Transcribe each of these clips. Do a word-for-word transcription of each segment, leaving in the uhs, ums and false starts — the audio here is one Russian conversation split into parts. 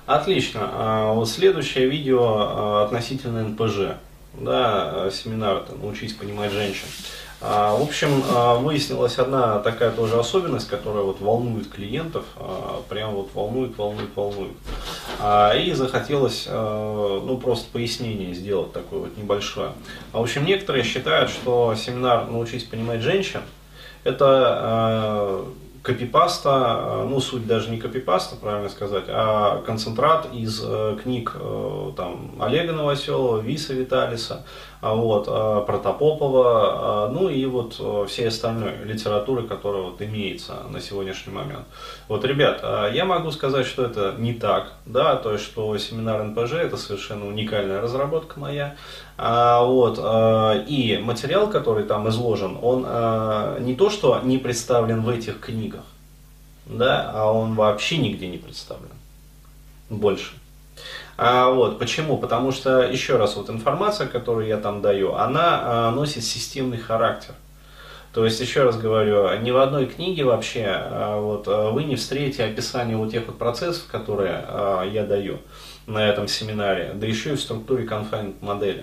Отлично. А, Вот следующее видео а, относительно эн пэ жэ. Да, семинар «Научись понимать женщин». А, В общем, а, выяснилась одна такая тоже особенность, которая вот волнует клиентов, а, прям вот волнует, волнует, волнует. А, И захотелось, а, ну, просто пояснение сделать такое вот небольшое. А, В общем, некоторые считают, что семинар «Научись понимать женщин» это а, копипаста, ну суть даже не копипаста, правильно сказать, а концентрат из э, книг э, там, Олега Новоселова, Виса Виталиса, а вот, э, Протопопова, э, ну и вот э, всей остальной литературы, которая вот имеется на сегодняшний момент. Вот, ребят, э, я могу сказать, что это не так, да, то есть, что семинар эн пэ жэ это совершенно уникальная разработка моя. А, вот, э, и материал, который там изложен, он э, не то, что не представлен в этих книгах, да, а он вообще нигде не представлен. Больше. А, вот, почему? Потому что, еще раз, вот информация, которую я там даю, она э, носит системный характер. То есть, еще раз говорю, ни в одной книге вообще э, вот, вы не встретите описание вот тех вот процессов, которые э, я даю на этом семинаре, да еще и в структуре confinement модели.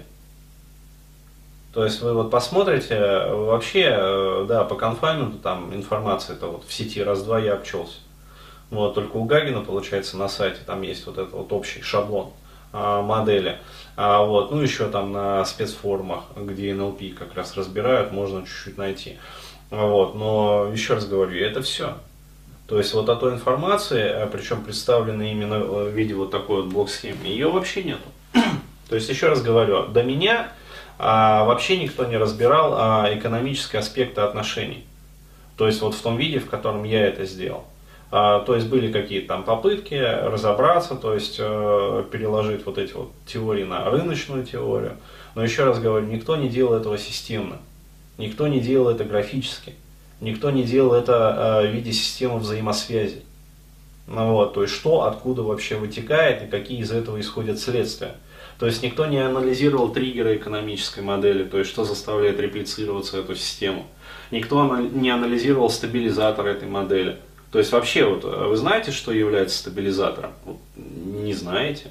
То есть вы вот посмотрите, вообще, да, по конфайнменту там информация это вот в сети раз-два я обчелся. Вот, только у Гагина, получается, на сайте там есть вот этот вот общий шаблон а, модели. А, вот, ну еще там на спецфорумах, где эн эл пи как раз разбирают, можно чуть-чуть найти. Вот, но еще раз говорю, это все. То есть вот о той информации, причем представленной именно в виде вот такой вот блок-схемы, ее вообще нету. То есть еще раз говорю, до меня а, вообще никто не разбирал а, экономические аспекты отношений. То есть вот в том виде, в котором я это сделал. А, то есть были какие-то там попытки разобраться, то есть э, переложить вот эти вот теории на рыночную теорию. Но еще раз говорю, никто не делал этого системно. Никто не делал это графически. Никто не делал это э, в виде системы взаимосвязи. Ну, вот, то есть что, откуда вообще вытекает и какие из этого исходят следствия. То есть никто не анализировал триггеры экономической модели, то есть что заставляет реплицироваться эту систему. Никто не анализировал стабилизатор этой модели. То есть вообще, вот, вы знаете, что является стабилизатором? Вот, не знаете.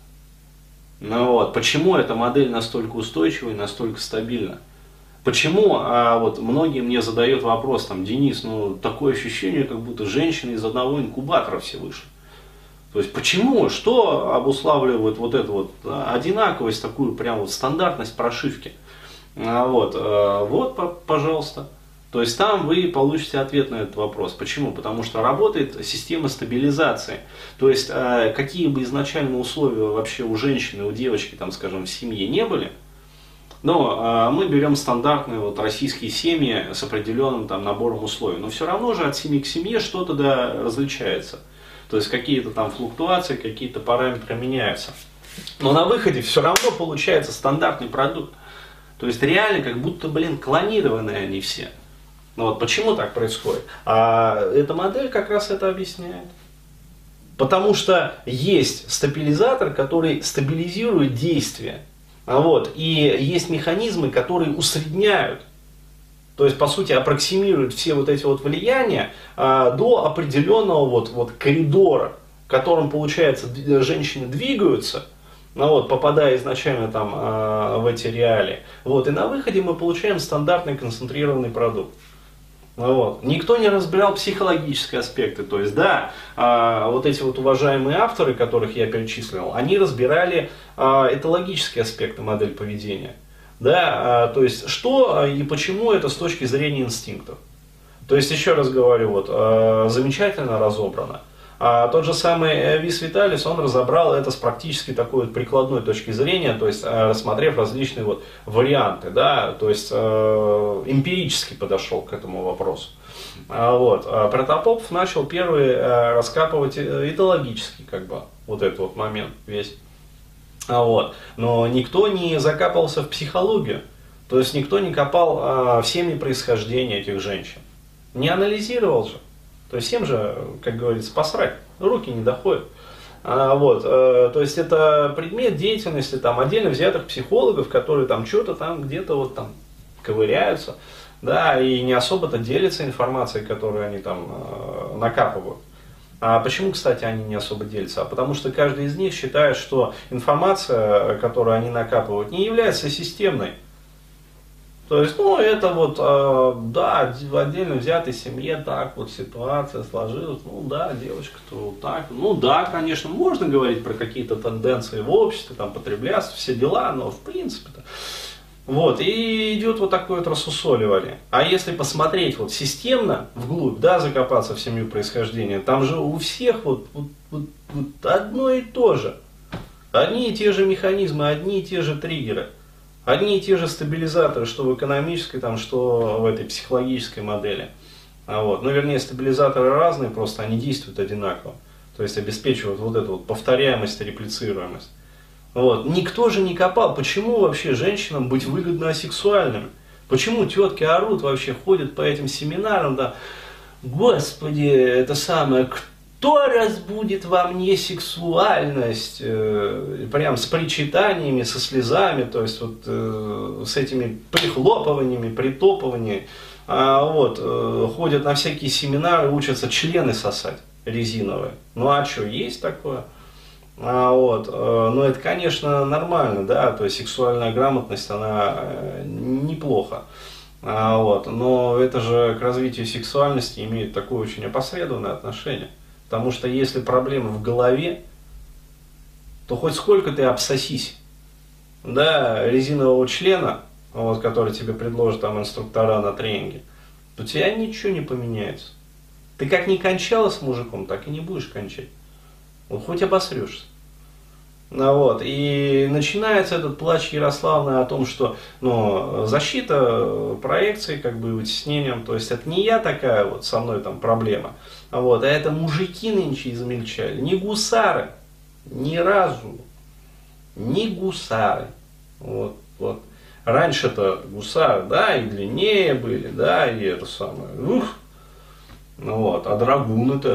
Ну вот, почему эта модель настолько устойчива и настолько стабильна? Почему а, вот, многие мне задают вопрос, там, Денис, ну такое ощущение, как будто женщины из одного инкубатора все вышли. То есть почему, что обуславливает вот эту вот одинаковость, такую прям вот стандартность прошивки? А, вот, а, вот, пожалуйста. То есть там вы получите ответ на этот вопрос. Почему? Потому что работает система стабилизации. То есть а, какие бы изначально условия вообще у женщины, у девочки, там, скажем, в семье не были, но а, мы берем стандартные вот, российские семьи с определенным там, набором условий. Но все равно же от семьи к семье что-то да, различается. То есть какие-то там флуктуации, какие-то параметры меняются. Но на выходе все равно получается стандартный продукт. То есть реально как будто, блин, клонированные они все. Ну вот почему так происходит? А эта модель как раз это объясняет. Потому что есть стабилизатор, который стабилизирует действие. Вот, и есть механизмы, которые усредняют. То есть, по сути, аппроксимируют все вот эти вот влияния а, до определенного вот, вот коридора, в котором, получается, женщины двигаются, ну, вот, попадая изначально там, а, в эти реалии. Вот, и на выходе мы получаем стандартный концентрированный продукт. Вот. Никто не разбирал психологические аспекты. То есть, да, а, вот эти вот уважаемые авторы, которых я перечислил, они разбирали а, этологические аспекты модели поведения. Да, а, то есть, что и почему это с точки зрения инстинктов. То есть, еще раз говорю, вот, а, замечательно разобрано. А тот же самый Вис Виталис, он разобрал это с практически такой вот прикладной точки зрения, то есть рассмотрев различные вот варианты, да, то есть э, эмпирически подошел к этому вопросу. А вот, а Протопопов начал первый э, раскапывать этологический, как бы, вот этот вот момент весь. А вот, но никто не закапывался в психологию, то есть никто не копал э, в семьи происхождения этих женщин, не анализировал же. То есть всем же, как говорится, посрать, руки не доходят. А, вот, э, то есть это предмет деятельности там, отдельно взятых психологов, которые там что-то там где-то вот там ковыряются, да, и не особо-то делятся информацией, которую они там э, накапывают. А почему, кстати, они не особо делятся? А потому что каждый из них считает, что информация, которую они накапывают, не является системной. То есть, ну, это вот, э, да, в отдельно взятой семье так вот ситуация сложилась, ну, да, девочка-то вот так, ну, да, конечно, можно говорить про какие-то тенденции в обществе, там, потребляться, все дела, но, в принципе-то, вот, и идет вот такое вот рассусоливание. А если посмотреть вот системно, вглубь, да, закопаться в семью происхождения, там же у всех вот, вот, вот, вот одно и то же, одни и те же механизмы, одни и те же триггеры. Одни и те же стабилизаторы, что в экономической, там, что в этой психологической модели. А вот. Ну, вернее, стабилизаторы разные, просто они действуют одинаково. То есть обеспечивают вот эту вот повторяемость и реплицируемость. Вот. Никто же не копал, почему вообще женщинам быть выгодно асексуальными? Почему тетки орут, вообще ходят по этим семинарам, да, господи, это самое, кто разбудит во мне сексуальность, э, прям с причитаниями, со слезами, то есть вот э, с этими прихлопываниями, притопываниями, а, вот, э, ходят на всякие семинары, учатся члены сосать резиновые. Ну а что, есть такое? А, вот, э, ну это, конечно, нормально, да, то есть сексуальная грамотность, она э, неплохо. А, вот, но это же к развитию сексуальности имеет такое очень опосредованное отношение. Потому что если проблема в голове, то хоть сколько ты обсосись, да, резинового члена, вот, который тебе предложат там инструктора на тренинге, то у тебя ничего не поменяется. Ты как не кончала с мужиком, так и не будешь кончать. Вот хоть обосрешься. Ну, вот. И начинается этот плач Ярославны о том, что ну, защита проекции, как бы вытеснением, то есть это не я такая, вот со мной там проблема, вот, а это мужики нынче измельчали, не гусары, ни разу, не гусары. Вот, вот. Раньше-то гусары, да, и длиннее были, да, и это самое, ух, ну, вот, а драгун-то,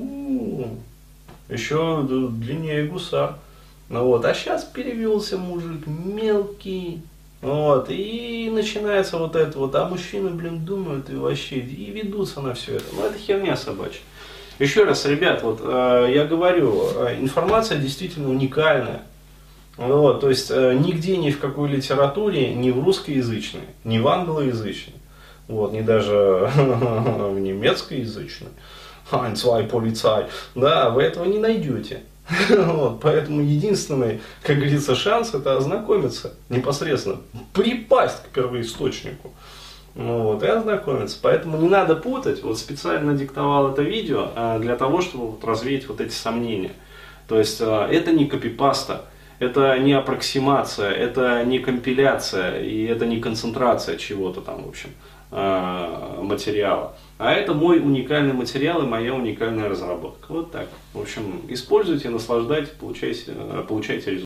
еще длиннее гусар. Ну вот, а сейчас перевелся мужик мелкий, вот, и начинается вот это вот, а мужчины, блин, думают и вообще, и ведутся на все это. Ну, это херня собачья. Еще раз, ребят, вот, э, я говорю, информация действительно уникальная. Вот, то есть, э, нигде, ни в какой литературе, ни в русскоязычной, ни в англоязычной, вот, ни даже в немецкоязычной, ein, zwei, Polizei, да, вы этого не найдете. Вот, поэтому единственный, как говорится, шанс это ознакомиться непосредственно, припасть к первоисточнику, ну, вот, и ознакомиться. Поэтому не надо путать, вот специально диктовал это видео а, для того, чтобы вот, развеять вот эти сомнения. То есть а, это не копипаста, это не аппроксимация, это не компиляция и это не концентрация чего-то там, в общем, а, материала. А это мой уникальный материал и моя уникальная разработка. Вот так. В общем, используйте, наслаждайтесь, получайте, получайте результат.